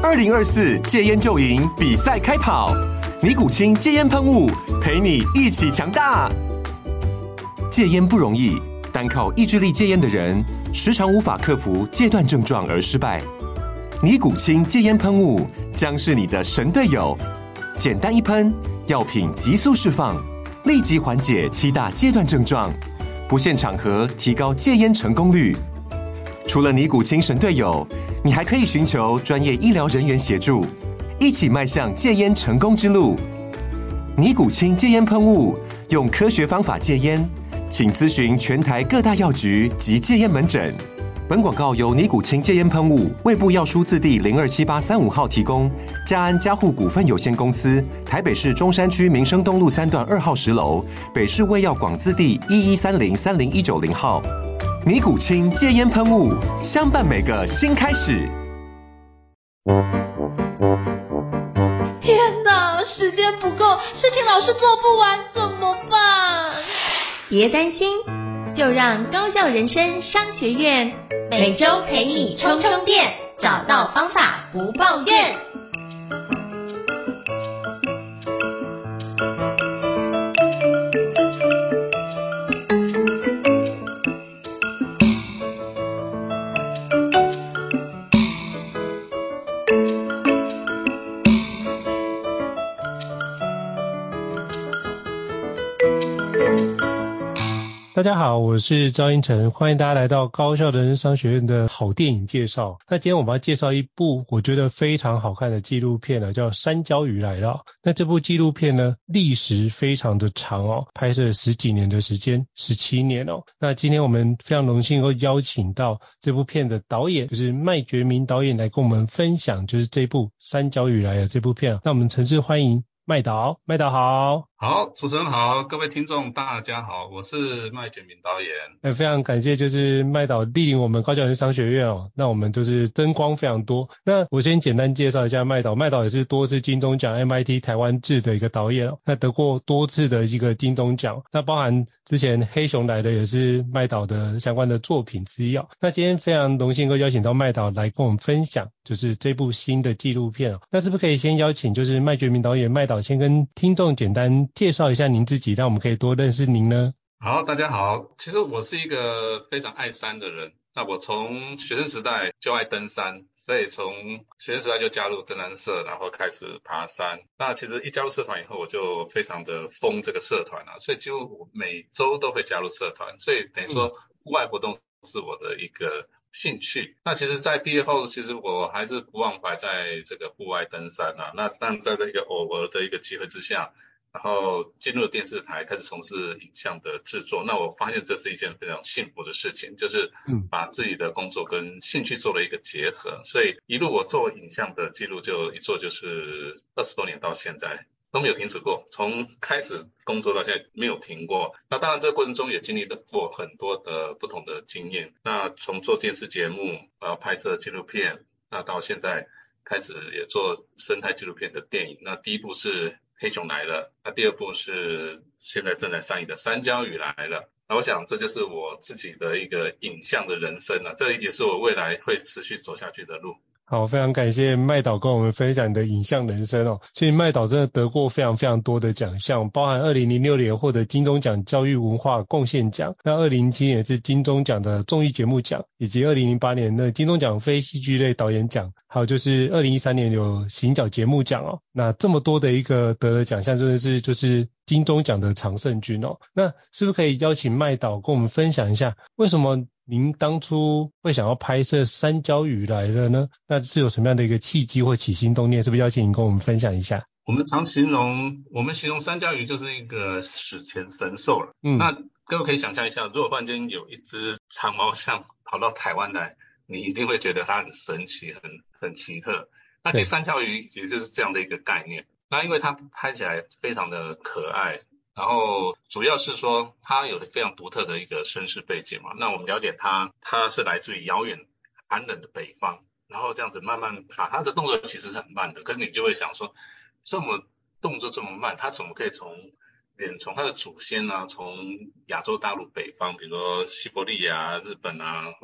2024戒烟就赢比赛开跑，尼古清戒烟喷雾陪你一起强大。戒烟不容易，单靠意志力戒烟的人，时常无法克服戒断症状而失败。尼古清戒烟喷雾将是你的神队友，简单一喷，药品急速释放，立即缓解7大戒断症状，不限场合提高戒烟成功率。除了尼古清神队友，你还可以寻求专业医疗人员协助，一起迈向戒烟成功之路。尼古清戒烟喷雾，用科学方法戒烟，请咨询全台各大药局及戒烟门诊。本广告由尼古清戒烟喷雾、卫部药书字第027835号提供，嘉安嘉护股份有限公司，台北市中山区民生东路3段2号10楼，北市卫药广字第1130-30190号。尼古清戒烟喷雾，相伴每个新开始。 天哪，时间不够，事情老是做不完，怎么办？ 别担心，就让高效人生商学院每周陪你充充电，找到方法不抱怨。 大家好，我是赵英成，欢迎大家来到高效人生商学院的好电影介绍。那今天我们要介绍一部我觉得非常好看的纪录片呢，叫《山椒鱼来了》。那这部纪录片呢，历时非常的长哦，拍摄10几年的时间，17年哦。那今天我们非常荣幸能够邀请到这部片的导演，就是麦觉明导演来跟我们分享，就是这部《山椒鱼来了》这部片。那我们诚挚欢迎麦导，麦导好。 好，主持人好，各位听众大家好，我是麦觉明导演。 非常感谢就是麦导莅临我们高效人生商学院哦，那我们就是增光非常多。那我先简单介绍一下麦导，麦导也是多次金钟奖 MIT 台湾制的一个导演哦，那得过多次的一个金钟奖，那包含之前黑熊来的也是麦导的相关的作品之一哦。那今天非常荣幸能够邀请到麦导来跟我们分享就是这部新的纪录片哦。那是不是可以先邀请就是麦觉明导演麦导先跟听众简单介绍一下您自己，让我们可以多认识您呢？ 好，大家好，其实我是一个非常爱山的人，那我从学生时代就爱登山，所以从学生时代就加入登山社，然后开始爬山。那其实一加入社团以后，我就非常的疯这个社团啊，所以几乎我每周都会加入社团，所以等于说户外活动是我的一个兴趣。那其实在毕业后，其实我还是不忘怀在这个户外登山啊。那但在这个偶尔的一个机会之下，然后进入电视台开始从事影像的制作，那我发现这是一件非常幸福的事情，就是把自己的工作跟兴趣做了一个结合，所以一路我做影像的记录就一做就是20多年到现在都没有停止过，从开始工作到现在没有停过。那当然这个过程中也经历过很多的不同的经验，那从做电视节目拍摄纪录片，那到现在开始也做生态纪录片的电影，那第一部是黑熊来了，那第二部是现在正在上映的山椒鱼来了。那我想这就是我自己的一个影像的人生啊，这也是我未来会持续走下去的路。 好，非常感谢麦导跟我们分享你的影像人生哦。其实麦导真的得过非常非常多的奖项，包含2006年获得金钟奖教育文化贡献奖，那2007年是金钟奖的综艺节目奖，以及2008年的金钟奖非戏剧类导演奖，还有就是2013年有行脚节目奖哦。那这么多的一个得的奖项，真的是就是金钟奖的常胜军哦。那是不是可以邀请麦导跟我们分享一下，为什么您当初会想要拍摄山椒鱼来了呢？那是有什么样的一个契机或起心动念？是不是邀请您跟我们分享一下？ 我们形容山椒鱼就是一个史前神兽了。那各位可以想象一下，如果忽然间有一只长毛象跑到台湾来，你一定会觉得它很神奇，很奇特。那其实山椒鱼也就是这样的一个概念。那因为它拍起来非常的可爱，然后主要是说它有非常独特的一个身世背景嘛。那我们了解它是来自于遥远寒冷的北方，然后这样子慢慢爬，它的动作其实是很慢的，可是你就会想说，这么动作这么慢，它怎么可以从它的祖先啊，从亚洲大陆北方，比如说西伯利亚、日本啊，或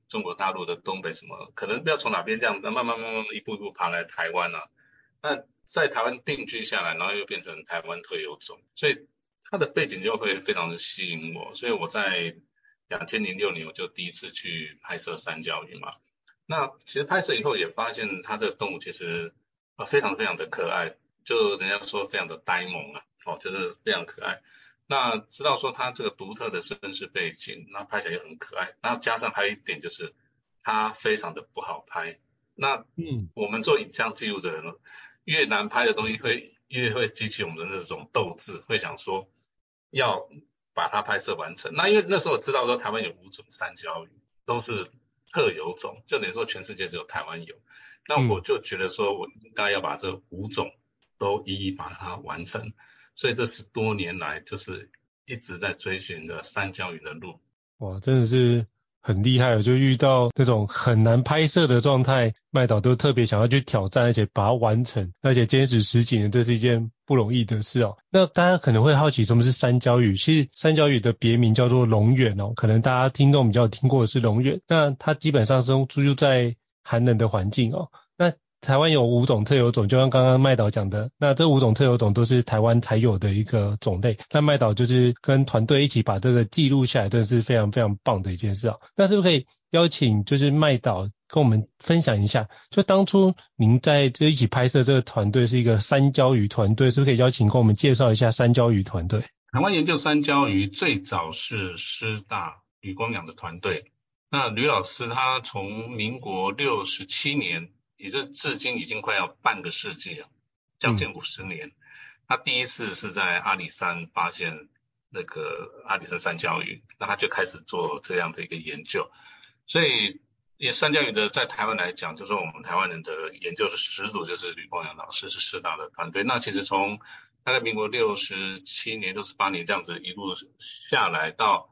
中国大陆的东北什么，可能不要从哪边这样慢慢一步一步爬来台湾啊。那在台湾定居下来，然后又变成台湾特有种，所以它的背景就会非常的吸引我。所以我在2006年我就第一次去拍摄三焦鱼嘛。那其实拍摄以后也发现它这个动物其实非常非常的可爱，就人家说非常的呆萌啊，就是非常可爱。那知道说它这个独特的身世背景，那拍起来也很可爱。然后加上还有一点就是它非常的不好拍。那我们做影像记录的人，越难拍的东西越会激起我们的那种斗志，会想说要把它拍摄完成。那因为那时候我知道说台湾有5种三焦鱼，都是特有种，就等于说全世界只有台湾有。那我就觉得说我应该要把这5种都一一把它完成。所以这10多年来就是一直在追寻着三焦鱼的路。 哇，真的是很厉害，就遇到那种很难拍摄的状态，麦导都特别想要去挑战，而且把它完成，而且坚持10几年，这是一件不容易的事哦。那大家可能会好奇什么是三焦鱼，其实三焦鱼的别名叫做龙螈哦，可能大家听众比较听过的是龙螈，那它基本上是居住在寒冷的环境哦。那台湾有5种特有种，就像刚刚麦导讲的，那这5种特有种都是台湾才有的一个种类。那麦导就是跟团队一起把这个记录下来，真的是非常非常棒的一件事啊。那是不是可以邀请就是麦导跟我们分享一下，就当初您在这一起拍摄这个团队是一个三焦鱼团队，是不是可以邀请跟我们介绍一下三焦鱼团队？ 台湾研究三焦鱼最早是师大吕光阳的团队，那吕老师他从民国67年，也就是至今已经快要半个世纪了，将近50年。他第一次是在阿里山发现那个阿里山三焦鱼，那他就开始做这样的一个研究。所以三焦鱼的在台湾来讲，就是我们台湾人的研究的始祖就是吕光阳老师，是师大的团队。那其实从大概民国67年、68年这样子一路下来，到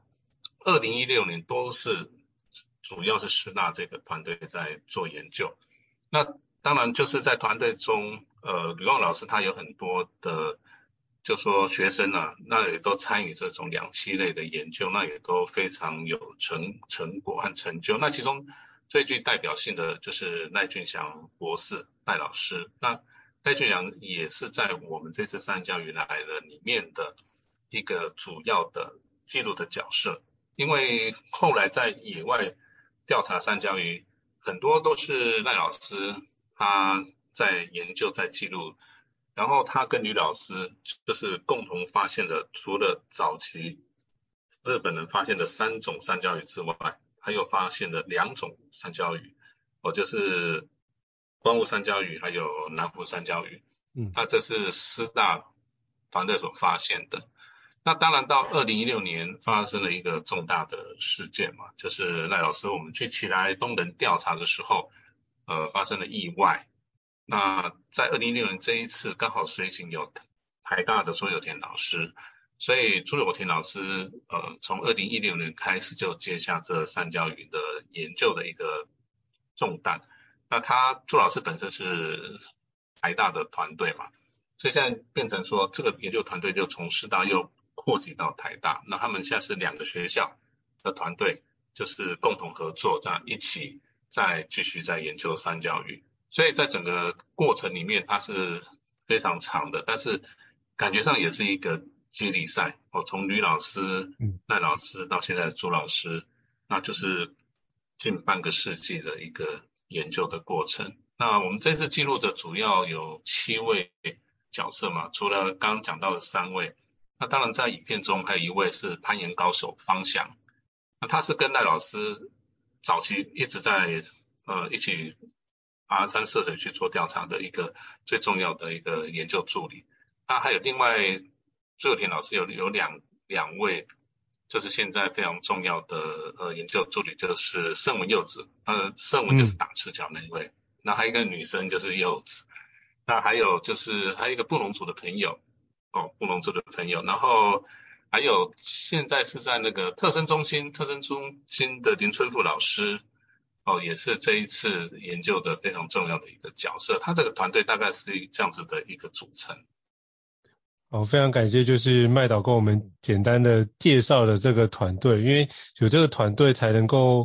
2016年都是主要是师大这个团队在做研究。那当然就是在团队中，吕光老师他有很多的，就说学生啊，那也都参与这种两栖类的研究，那也都非常有成果和成就。那其中最具代表性的就是赖俊祥博士，赖老师。那赖俊祥也是在我们这次三焦鱼来了里面的一个主要的记录的角色，因为后来在野外调查三焦鱼，很多都是赖老师他在研究在记录，然后他跟吕老师就是共同发现的，除了早期日本人发现的3种三焦鱼之外，还有发现的2种三焦鱼，就是观雾三焦鱼还有南湖三焦鱼。那这是师大团队所发现的。那当然到2016年发生了一个重大的事件嘛，就是赖老师我们去奇来东人调查的时候发生了意外。那在2016年这一次刚好随行有台大的朱有田老师，所以朱有田老师从2016年开始就接下这三焦鱼的研究的一个重担。那朱老师本身是台大的团队嘛，所以现在变成说这个研究团队就从师大又扩及到台大，那他们现在是2个学校的团队，就是共同合作，这样一起再继续在研究三焦鱼。所以在整个过程里面它是非常长的，但是感觉上也是一个接力赛从吕老师、赖老师到现在的朱老师，那就是近半个世纪的一个研究的过程。那我们这次记录的主要有7位角色嘛，除了刚刚讲到的3位，那当然在影片中还有1位是攀岩高手方翔，那他是跟赖老师早期一直在一起爬山涉水去做调查的一个最重要的一个研究助理。那还有另外朱有田老师有两位就是现在非常重要的研究助理，就是盛文柚子，盛文就是打赤脚那一位，那还有一个女生就是柚子，那还有一个布农族的朋友然后还有现在是在那个特生中心的林春富老师也是这一次研究的非常重要的一个角色。他这个团队大概是这样子的一个组成。 非常感谢就是麦导跟我们简单的介绍了这个团队，因为有这个团队才能够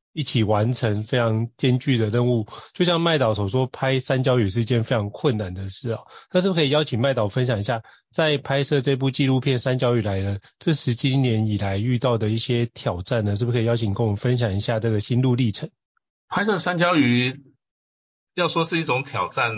一起完成非常艰巨的任务。就像麦导所说，拍山椒鱼是一件非常困难的事啊。那是不是可以邀请麦导分享一下，在拍摄这部纪录片《山椒鱼来了》这10几年以来遇到的一些挑战呢？是不是可以邀请跟我们分享一下这个心路历程？ 拍摄山椒鱼要说是一种挑战，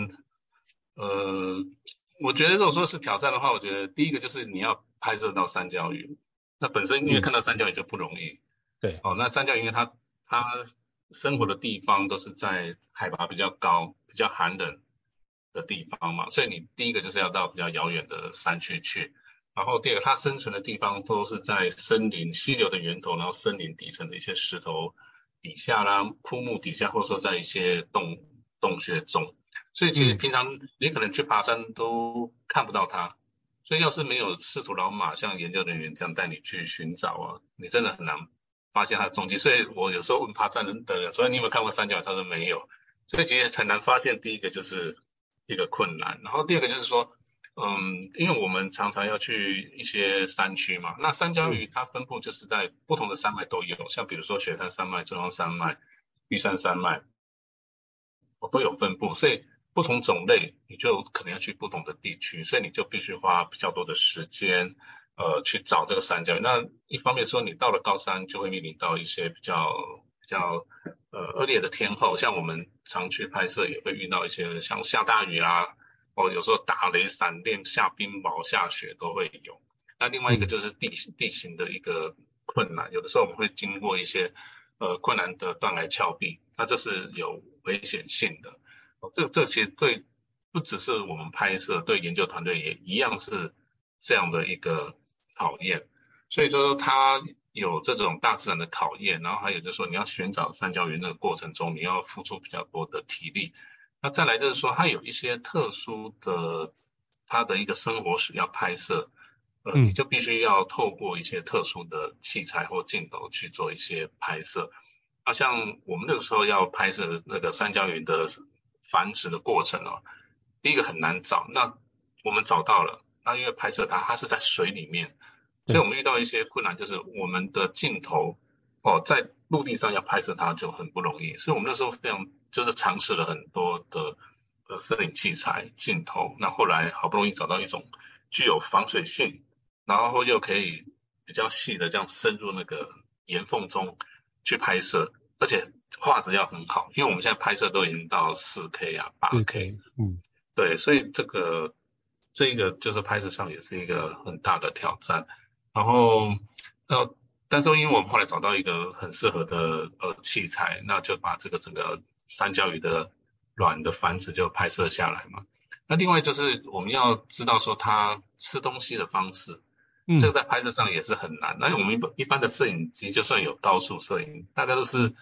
我觉得如果说是挑战的话，我觉得第一个就是你要拍摄到山椒鱼，那本身因为看到山椒鱼就不容易。 对。 那山椒鱼因为它生活的地方都是在海拔比较高、比较寒冷的地方嘛，所以你第一个就是要到比较遥远的山区去。然后第二个，它生存的地方都是在森林、溪流的源头，然后森林底层的一些石头底下啦、枯木底下，或者说在一些洞穴中。所以其实平常你可能去爬山都看不到它，所以要是没有识途老马像研究人员这样带你去寻找啊，你真的很难发现它的踪迹。所以我有时候问爬山人的，所以你有没有看过山椒鱼？他说没有。所以其实很难发现，第一个就是一个困难，然后第二个就是说因为我们常常要去一些山区嘛，那山椒鱼它分布就是在不同的山脉都有，像比如说雪山山脉、中央山脉、玉山山脉都有分布，所以不同种类你就可能要去不同的地区，所以你就必须花比较多的时间去找这个山椒鱼。那一方面说你到了高山就会面临到一些比较恶劣的天候，像我们常去拍摄也会遇到一些像下大雨啊，有时候打雷闪电、下冰雹、下雪都会有。那另外一个就是地形的一个困难，有的时候我们会经过一些困难的断崖峭壁，那这是有危险性的。这其实对不只是我们拍摄，对研究团队也一样是这样的一个考验。所以说它有这种大自然的考验，然后还有就是说你要寻找山椒鱼那个过程中，你要付出比较多的体力。那再来就是说它有一些特殊的它的一个生活史要拍摄，你就必须要透过一些特殊的器材或镜头去做一些拍摄。像我们那个时候要拍摄那个山椒鱼的繁殖的过程第一个很难找，那我们找到了，那因为拍摄它是在水里面，所以我们遇到一些困难，就是我们的镜头在陆地上要拍摄它就很不容易，所以我们那时候非常就是尝试了很多的摄影器材、镜头，那后来好不容易找到一种具有防水性，然后又可以比较细的这样深入那个岩缝中去拍摄，而且画质要很好，因为我们现在拍摄都已经到 4K 啊 8K， 对，所以这个就是拍摄上也是一个很大的挑战。然后但是因为我们后来找到一个很适合的器材，那就把这个整个山椒鱼的卵的繁殖就拍摄下来嘛。那另外就是我们要知道说它吃东西的方式，这个在拍摄上也是很难。那我们一般的摄影机就算有高速摄影，大概都是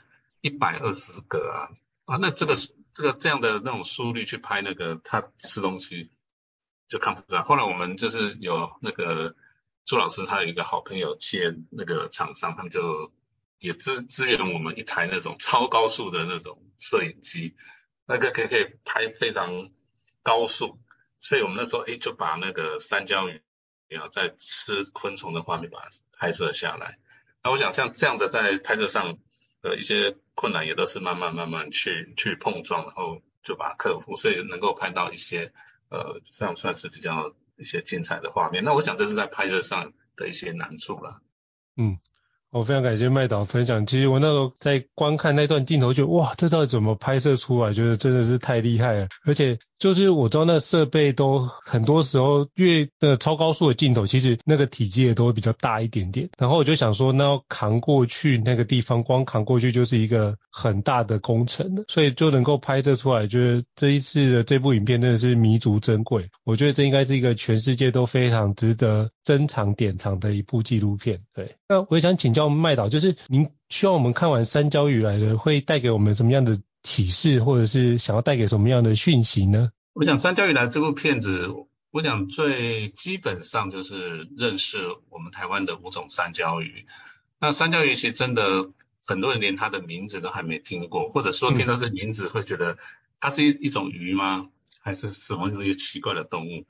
120个那这样的那种速率去拍那个它吃东西就看不出来。后来我们就是有那个朱老师他有一个好朋友企业那个厂商，他们就也支援我们一台那种超高速的那种摄影机，那个可以拍非常高速，所以我们那时候就把那个山椒鱼在吃昆虫的画面把它拍摄下来。那我想像这样的在拍摄上的一些困难也都是慢慢去碰撞，然后就把它克服，所以能够拍到一些这样算是比较一些精彩的画面。那我想这是在拍摄上的一些难处啦。 我非常感谢麦导分享。其实我那时候在观看那段镜头就哇，这到底怎么拍摄出来，觉得真的是太厉害了。而且就是我知道那设备都很多时候越超高速的镜头，其实那个体积也都会比较大一点点。然后我就想说那要扛过去那个地方，光扛过去就是一个很大的工程了，所以就能够拍摄出来，觉得这一次的这部影片真的是弥足珍贵。我觉得这应该是一个全世界都非常值得珍藏典藏的一部纪录片。对，那我也想请教麦导，就是您希望我们看完山椒鱼来了会带给我们什么样的启示，或者是想要带给什么样的讯息呢？ 我想山椒鱼来这部片子，我想最基本上就是认识我们台湾的5种山椒鱼。那山椒鱼其实真的很多人连它的名字都还没听过，或者说听到这名字会觉得它是一种鱼吗？还是什么一个奇怪的动物？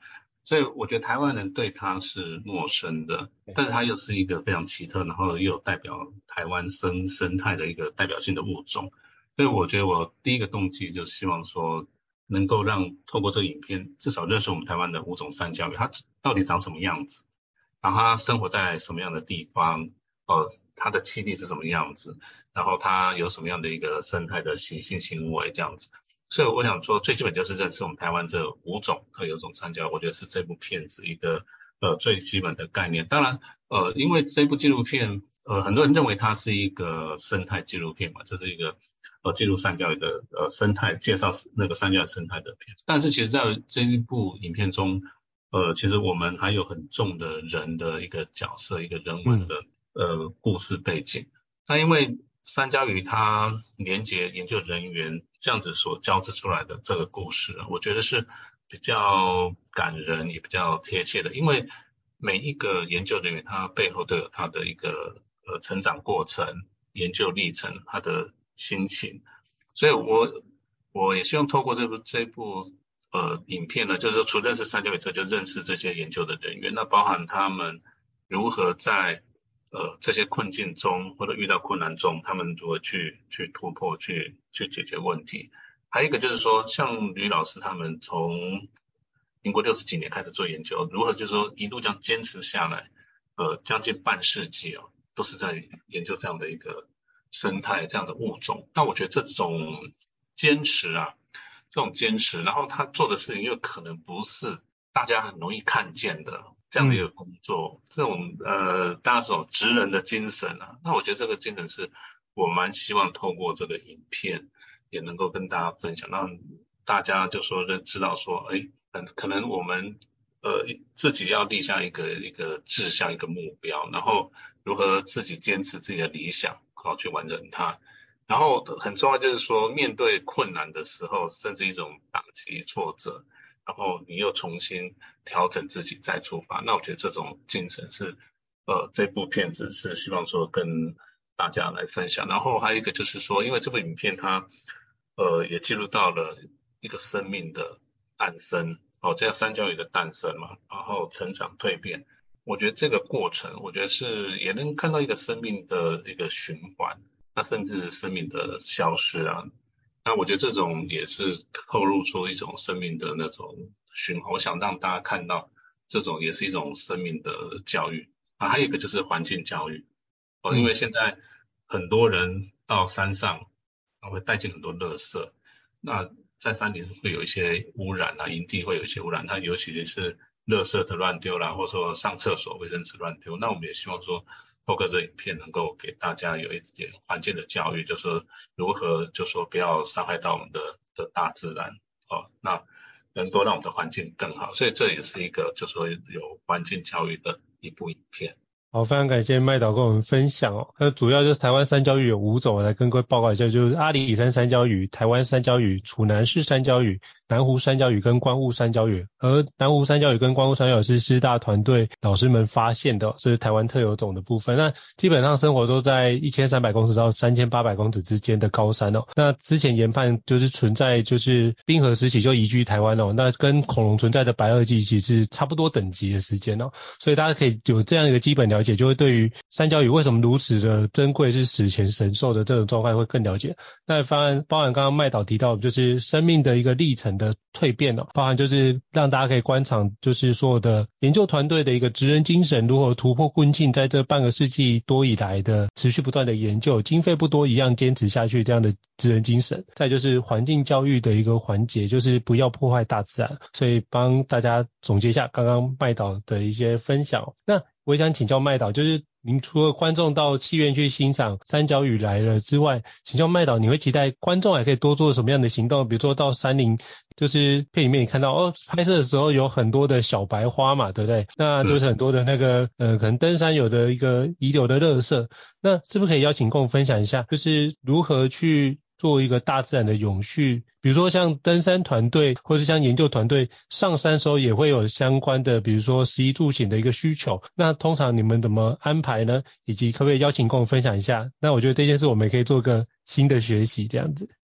所以我觉得台湾人对它是陌生的，但是它又是一个非常奇特，然后又有代表台湾生态的一个代表性的物种。所以我觉得我第一个动机就希望说能够让透过这个影片至少认识我们台湾的5种山椒鱼，它到底长什么样子，然后它生活在什么样的地方，它的栖地是什么样子，然后它有什么样的一个生态的习性行为这样子。所以我想说最基本就是认识我们台湾这5种特有种山椒，我觉得是这部片子一个最基本的概念。当然因为这部纪录片很多人认为它是一个生态纪录片嘛，这是一个记录山椒鱼的生态，介绍那个山椒鱼生态的片子。但是其实在这一部影片中其实我们还有很重的人的一个角色，一个人文的故事背景。那因为山椒鱼它连结研究人员这样子所交织出来的这个故事，我觉得是比较感人也比较贴切的。因为每一个研究人员他背后都有他的一个成长过程、研究历程、他的心情。所以我也希望透过这部影片呢，就是说除了认识山椒鱼之外，就认识这些研究的人员，那包含他们如何在这些困境中或者遇到困难中，他们如何去突破去解决问题。还有一个就是说像吕老师他们从民国60几年开始做研究，如何就是说一路这样坚持下来将近半世纪都是在研究这样的一个生态这样的物种。那我觉得这种坚持然后他做的事情又可能不是大家很容易看见的这样的一个工作，这种大家说职人的精神那我觉得这个精神是我蛮希望透过这个影片也能够跟大家分享，让大家就说知道说可能我们自己要立下一个志向一个目标，然后如何自己坚持自己的理想去完成它。然后很重要就是说面对困难的时候，甚至一种打击挫折，然后你又重新调整自己再出发。那我觉得这种精神是这部片子是希望说跟大家来分享。然后还有一个就是说，因为这部影片它也记录到了一个生命的诞生这样山椒鱼的诞生嘛，然后成长蜕变。我觉得这个过程我觉得是也能看到一个生命的一个循环，那甚至生命的消失那我觉得这种也是透露出一种生命的那种循环，我想让大家看到这种也是一种生命的教育还有一个就是环境教育因为现在很多人到山上会带进很多垃圾，那在山里会有一些污染营地会有一些污染，它尤其是垃圾的乱丢或者说上厕所卫生纸乱丢。那我们也希望说透过这影片能够给大家有一点环境的教育，就是说如何就说不要伤害到我们的大自然那能够让我们的环境更好。所以这也是一个就说有环境教育的一部影片。 好，非常感谢麦导跟我们分享那主要就是台湾山椒鱼有5种，我来跟各位报告一下，就是阿里山山椒鱼、台湾山椒鱼、楚南市山椒鱼、南湖山椒鱼跟观雾山椒鱼。而南湖山椒鱼跟观雾山椒鱼是师大团队老师们发现的，这是台湾特有种的部分。那基本上生活都在1300公尺到3800公尺之间的高山那之前研判就是存在就是冰河时期就移居台湾那跟恐龙存在的白垩纪其实差不多等级的时间所以大家可以有这样一个基本了解，就会对于山椒鱼为什么如此的珍贵，是史前神兽的这种状态会更了解。那包含刚刚麦导提到就是生命的一个历程的蜕变包含就是让大家可以观察就是所有的研究团队的一个职人精神，如何突破困境，在这半个世纪多以来的持续不断的研究，经费不多一样坚持下去这样的职人精神。再就是环境教育的一个环节，就是不要破坏大自然。所以帮大家总结一下刚刚麦导的一些分享那我也想请教麦导，就是您除了观众到戏院去欣赏山椒鱼来了之外，请教麦导你会期待观众还可以多做什么样的行动？比如说到山林，就是片里面你看到拍摄的时候有很多的小白花嘛，对不对？那就是很多的那个可能登山有的一个遗留的垃圾，那是不是可以邀请跟我分享一下，就是如何去做一个大自然的永续？比如说像登山团队或是像研究团队上山的时候也会有相关的比如说食衣住行的一个需求，那通常你们怎么安排呢？以及可不可以邀请跟我分享一下？那我觉得这件事我们也可以做个新的学习这样子。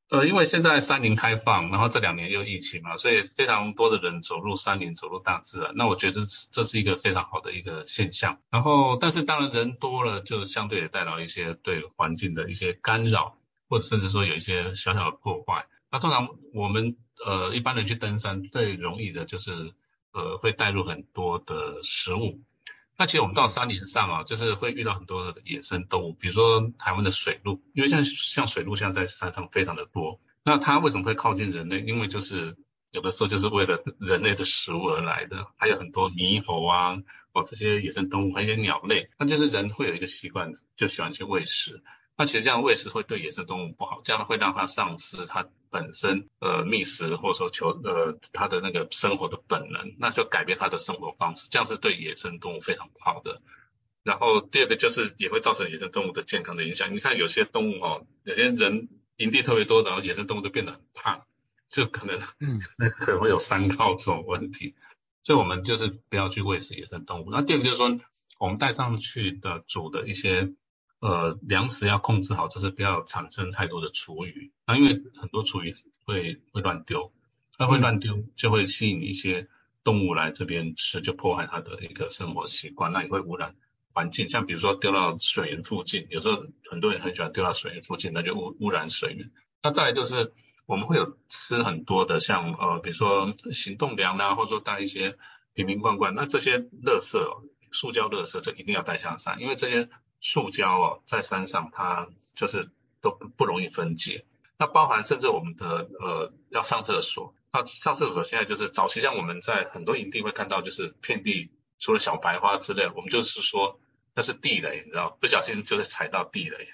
因为现在山林开放，然后这2年又疫情嘛，所以非常多的人走入山林，走入大自然。那我觉得这是一个非常好的一个现象。然后，但是当然人多了，就相对也带来一些对环境的一些干扰，或者甚至说有一些小小的破坏。那通常我们一般人去登山最容易的就是会带入很多的食物。那其实我们到山林上啊，就是会遇到很多的野生动物，比如说台湾的水鹿，因为现在像水鹿现在在山上非常的多。那它为什么会靠近人类？因为就是有的时候就是为了人类的食物而来的，还有很多猕猴啊，这些野生动物，还有一些鸟类，那就是人会有一个习惯，就喜欢去喂食。那其实这样喂食会对野生动物不好，这样会让它丧失它本身觅食或者说它的那个生活的本能，那就改变它的生活方式，这样是对野生动物非常不好的。然后第二个就是也会造成野生动物的健康的影响。你看有些动物有些人营地特别多，然后野生动物就变得很胖，就可能会有三高这种问题。所以我们就是不要去喂食野生动物。那第二个就是说，我们带上去的煮的一些粮食要控制好，就是不要产生太多的厨余。那因为很多厨余会乱丢，那会乱丢就会吸引一些动物来这边吃，就破坏它的一个生活习惯，那也会污染环境。像比如说丢到水源附近，有时候很多人很喜欢丢到水源附近，那就污染水源。那再来就是我们会有吃很多的像比如说行动粮啦，或者说带一些瓶瓶罐罐，那这些垃圾塑胶垃圾就一定要带下山，因为这些塑胶在山上它就是都不容易分解。那包含甚至我们的要上厕所，那上厕所现在就是早期像我们在很多营地会看到，就是遍地除了小白花之类，我们就是说那是地雷，你知道，不小心就是踩到地雷。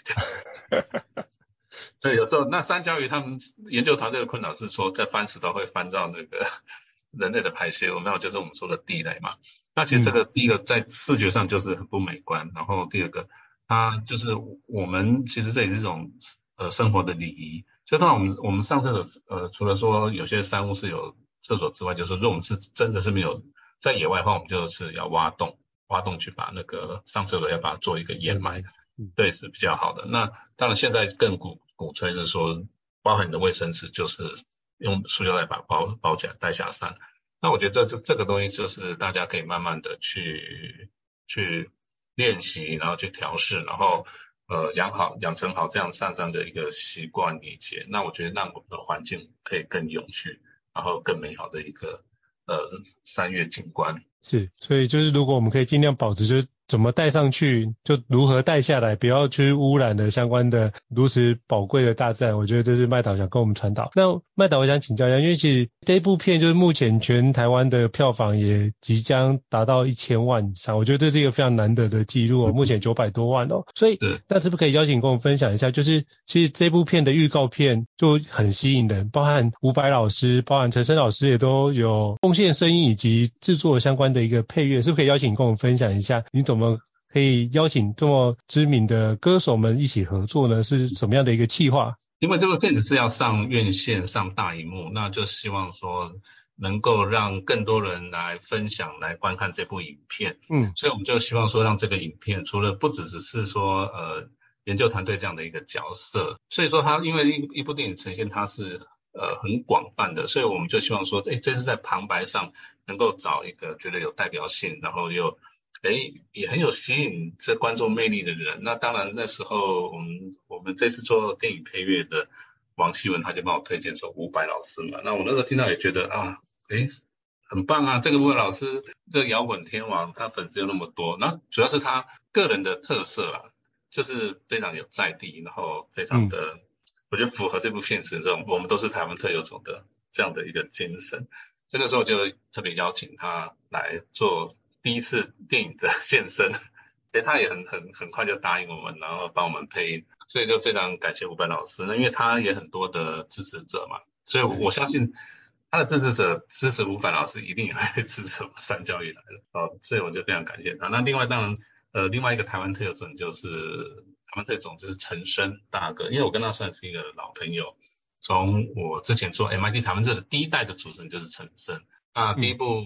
对，有时候那山椒鱼他们研究团队的困扰是说，在翻石头会翻到那个人类的排泄物，那就是我们说的地雷嘛。那其实这个第一个在视觉上就是很不美观，然后第二个它就是我们其实这也是一种生活的礼仪。所以通常我们上厕所除了说有些山屋是有厕所之外，就是说如果我们是真的是没有在野外的话，我们就是要挖洞去把那个上厕所要把它做一个掩埋，对，是比较好的。那当然现在更鼓吹是说，包含你的卫生纸就是用塑胶袋把它包起来带下山。那我觉得这个东西就是大家可以慢慢的去练习，然后去调试，然后养成好这样上山的一个习惯理解。那我觉得让我们的环境可以更永续，然后更美好的一个山岳景观。 是，所以就是如果我们可以尽量保持，就是怎么带上去就如何带下来，不要去污染的相关的如此宝贵的大自然。我觉得这是麦导想跟我们传导。那麦导我想请教一下，因为其实这部片就是目前全台湾的票房也即将达到1000万以上，我觉得这是一个非常难得的记录目前900多万所以那是不是可以邀请跟我们分享一下，就是其实这部片的预告片就很吸引人，包含伍佰老师，包含陈升老师也都有贡献声音以及制作相关的一个配乐，是不是可以邀请跟我们分享一下，你怎么可以邀请这么知名的歌手们一起合作呢？是什么样的一个企划？ 因为这个片子是要上院线上大荧幕，那就希望说能够让更多人来分享来观看这部影片。所以我们就希望说让这个影片除了不只是说研究团队这样的一个角色，所以说它因为一部电影呈现它是很广泛的，所以我们就希望说这是在旁白上能够找一个觉得有代表性，然后又也很有吸引这观众魅力的人。那当然那时候我们这次做电影配乐的王希文他就帮我推荐说伍佰老师嘛，那我那时候听到也觉得很棒啊，这个伍佰老师这个摇滚天王他粉丝有那么多，那主要是他个人的特色啦，就是非常有在地，然后非常的我觉得符合这部片子这种我们都是台湾特有种的这样的一个精神。所以那时候就特别邀请他来做第一次电影的现身，他也很快就答应我们，然后帮我们配音，所以就非常感谢伍佰老师。那因为他也很多的支持者嘛，所以我相信他的支持者支持伍佰老师一定也会支持我们山椒鱼来了所以我就非常感谢他。那另外当然另外一个台湾特有种就是台湾特有种就是陈升大哥，因为我跟他算是一个老朋友，从我之前做 MIT 台湾这的第一代的主持人就是陈升。那第一部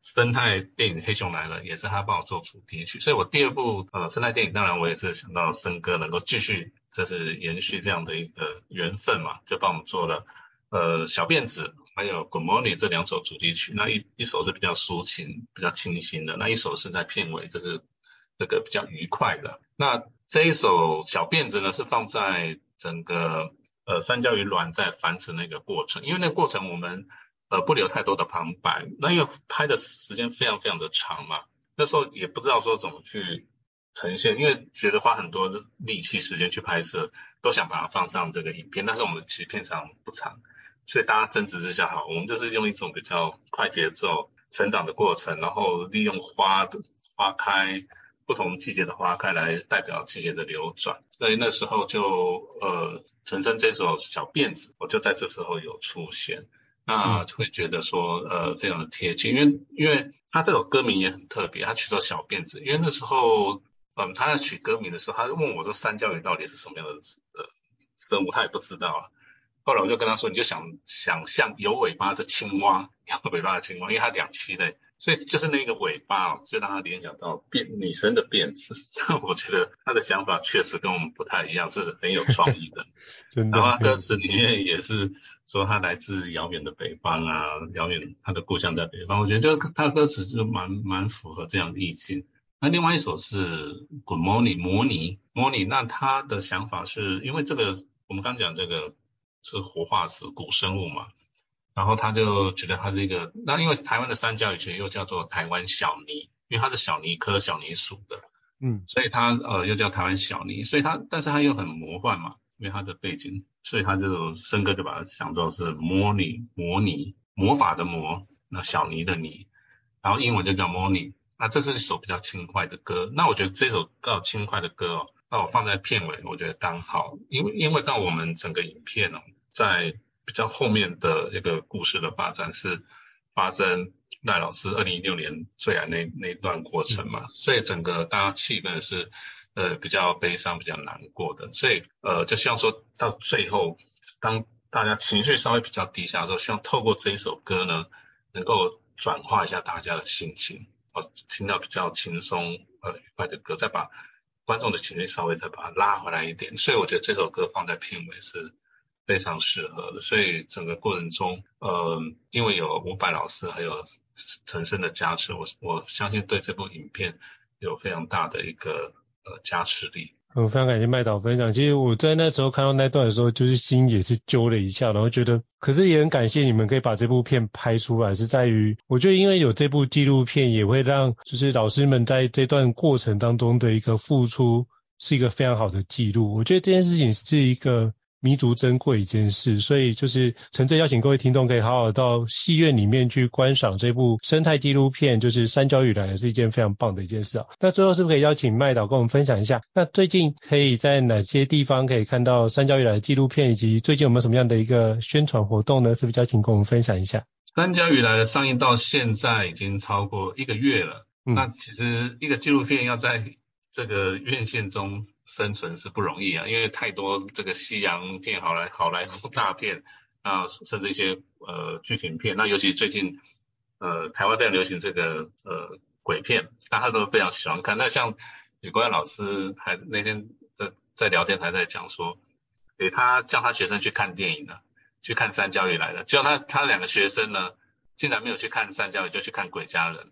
生态电影《黑熊来了》也是他帮我做主题曲，所以我第二部生态电影，当然我也是想到森哥能够继续就是延续这样的一个缘分嘛，就帮我们做了小辫子还有 Good Morning 这2首主题曲，那一首是比较抒情比较清新的，那一首是在片尾就是这个比较愉快的。那这一首小辫子呢是放在整个山椒鱼卵在繁殖那个过程，因为那个过程我们不留太多的旁白，那因为拍的时间非常非常的长嘛，那时候也不知道说怎么去呈现，因为觉得花很多力气时间去拍摄，都想把它放上这个影片，但是我们其实片长不长，所以大家争执之下，好，我们就是用一种比较快节奏成长的过程，然后利用花开不同季节的花开来代表季节的流转，所以那时候就陈升这首小辫子我就在这时候有出现，那会觉得说非常的贴切，因为他这首歌名也很特别，他取到小辫子，因为那时候他在取歌名的时候，他问我说山椒鱼到底是什么样的生物，他也不知道啊。后来我就跟他说，你就想象有尾巴的青蛙，有尾巴的青蛙，因为它两栖类，所以就是那个尾巴就让他联想到女生的辫子。我觉得他的想法确实跟我们不太一样，是很有创意的。 真的。 然后他歌词里面也是说他来自遥远的北方啊，遥远他的故乡在北方，我觉得就他的歌词就蛮符合这样的意境。那另外一首是 Good Morning 模拟，那他的想法是因为这个我们刚讲这个是活化石古生物嘛，然后他就觉得它是一个，那因为台湾的山椒鱼其实又叫做台湾小泥，因为它是小泥科小泥属的，所以它又叫台湾小泥，所以但是它又很魔幻嘛，因为它的背景，所以他就森哥就把它想作是模拟魔法的魔，那小泥的泥，然后英文就叫 Morning。那这是一首比较轻快的歌，那我觉得这首比较轻快的歌那我放在片尾，我觉得刚好，因为到我们整个影片在比较后面的一个故事的发展是发生赖老师2016年坠崖那段过程嘛，所以整个大家气氛是比较悲伤比较难过的，所以就希望说到最后当大家情绪稍微比较低下的时候，希望透过这一首歌呢能够转化一下大家的心情，听到比较轻松愉快的歌，再把观众的情绪稍微再把它拉回来一点，所以我觉得这首歌放在片尾是非常适合的。所以整个过程中因为有伍佰老师还有陈升的加持，我相信对这部影片有非常大的一个加持力。 非常感谢麦导分享。其实我在那时候看到那段的时候，就是心也是揪了一下，然后觉得，可是也很感谢你们可以把这部片拍出来，是在于我觉得因为有这部纪录片，也会让就是老师们在这段过程当中的一个付出是一个非常好的记录。我觉得这件事情是一个弥足珍贵一件事，所以就是诚挚邀请各位听众可以好好到戏院里面去观赏这部生态纪录片，就是山椒鱼来了，是一件非常棒的一件事那最后是不是可以邀请麦导跟我们分享一下，那最近可以在哪些地方可以看到山椒鱼来的纪录片，以及最近有没有什么样的一个宣传活动呢？是不是邀请跟我们分享一下？ 山椒鱼来了上映到现在已经超过1个月了，那其实一个纪录片要在这个院线中生存是不容易啊，因为太多这个西洋片、好莱坞大片啊，甚至一些剧情片，那尤其最近台湾非常流行这个鬼片，大家都非常喜欢看。那像吕国安老师还那天在聊天还在讲说，他叫他学生去看电影了，去看山椒鱼来了，结果他2个学生呢竟然没有去看山椒鱼，就去看鬼家人。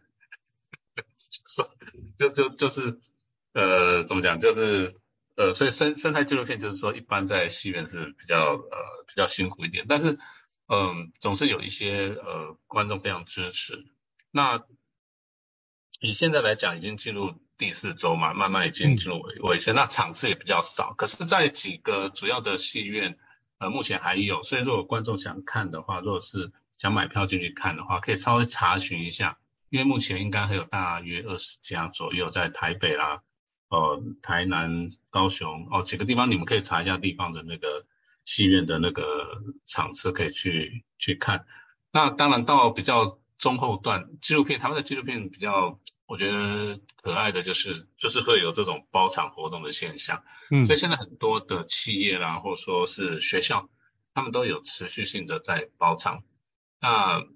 就是怎么讲，就是所以生态纪录片就是说一般在戏院是比较辛苦一点，但是总是有一些观众非常支持。那以现在来讲已经进入第4周嘛，慢慢已经进入尾声，那场次也比较少，可是在几个主要的戏院目前还有，所以如果观众想看的话，如果是想买票进去看的话，可以稍微查询一下，因为目前应该还有大约20家左右，在台北啦台南、高雄几个地方，你们可以查一下地方的那个戏院的那个场次，可以去看。那当然到比较中后段纪录片，他们的纪录片比较我觉得可爱的就是会有这种包场活动的现象，所以现在很多的企业啦，或者说是学校，他们都有持续性的在包场。那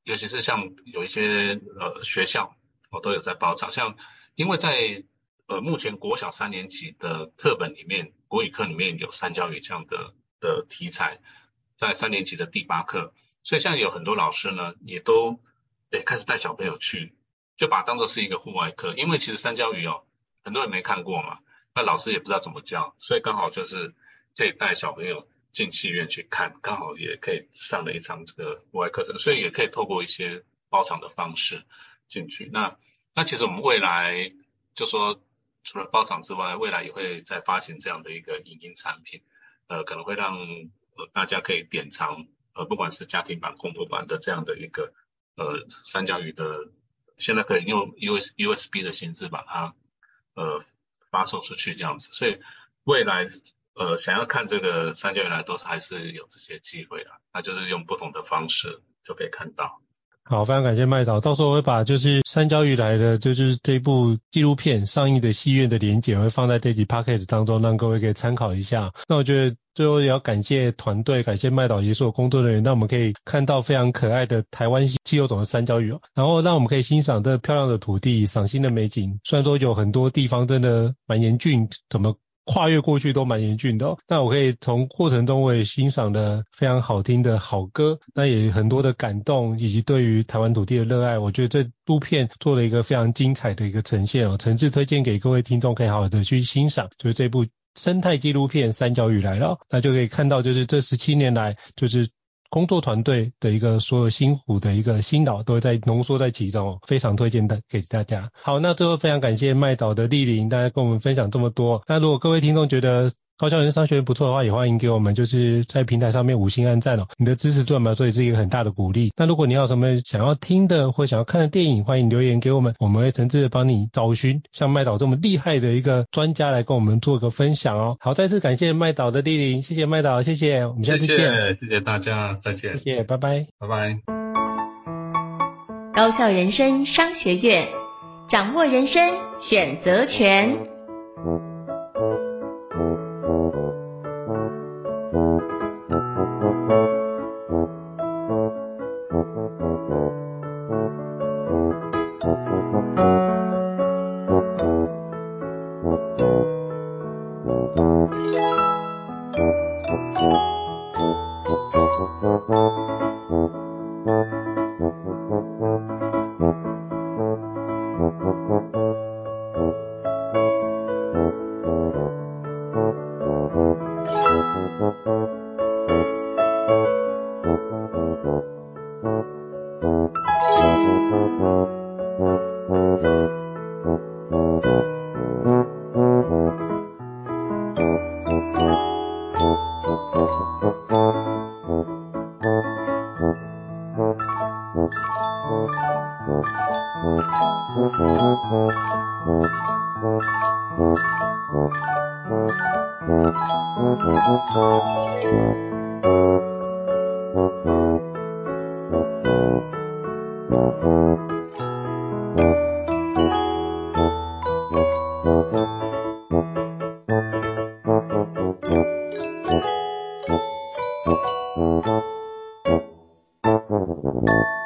尤其是像有一些学校都有在包场，像因为在目前国小3年级的课本里面，国语课里面有三教语这样的题材，在3年级的第8课，所以现在有很多老师呢也都开始带小朋友去，就把它当作是一个户外课，因为其实三教语很多人没看过嘛，那老师也不知道怎么教，所以刚好就是可以带小朋友进戏院去看，刚好也可以上了一场这个户外课程，所以也可以透过一些包场的方式进去。那其实我们未来就说除了包场之外，未来也会再发行这样的一个影音产品，可能会让大家可以典藏不管是家庭版、公布版的这样的一个三教语的，现在可以用 USB 的形式把它发送出去这样子，所以未来想要看这个三教语来都还是有这些机会的，那就是用不同的方式就可以看到。 好，非常感谢麦导，到时候我会把就是三教语来的就是这部纪录片上映的戏院的连结，我会放在这集 podcast 当中，让各位可以参考一下。那我觉得最后也要感谢团队，感谢麦导以及所有工作人员，让我们可以看到非常可爱的台湾稀有种的三教语，然后让我们可以欣赏这漂亮的土地、赏心的美景。虽然说有很多地方真的蛮严峻，怎么跨越过去都蛮严峻的那我可以从过程中我也欣赏了非常好听的好歌，那也很多的感动，以及对于台湾土地的热爱。我觉得这部片做了一个非常精彩的一个呈现诚挚推荐给各位听众可以好好的去欣赏，就是这部生态纪录片三教语来了，那就可以看到就是这17年来就是工作团队的一个所有辛苦的一个辛劳都在浓缩在其中非常推荐的给大家。好，那最后非常感谢麦导的莅临，大家跟我们分享这么多。那如果各位听众觉得高校人商学院不错的话，也欢迎给我们就是在平台上面5星按赞你的支持对我们来说也是一个很大的鼓励。那如果你有什么想要听的或想要看的电影，欢迎留言给我们，我们会诚挚的帮你找寻像麦导这么厉害的一个专家来跟我们做个分享好，再次感谢麦导的莅临，谢谢麦导，谢谢，我们下次见。 谢谢大家，再见。 谢谢，拜拜。 拜拜。 高校人生商学院，掌握人生选择权。 Thank you.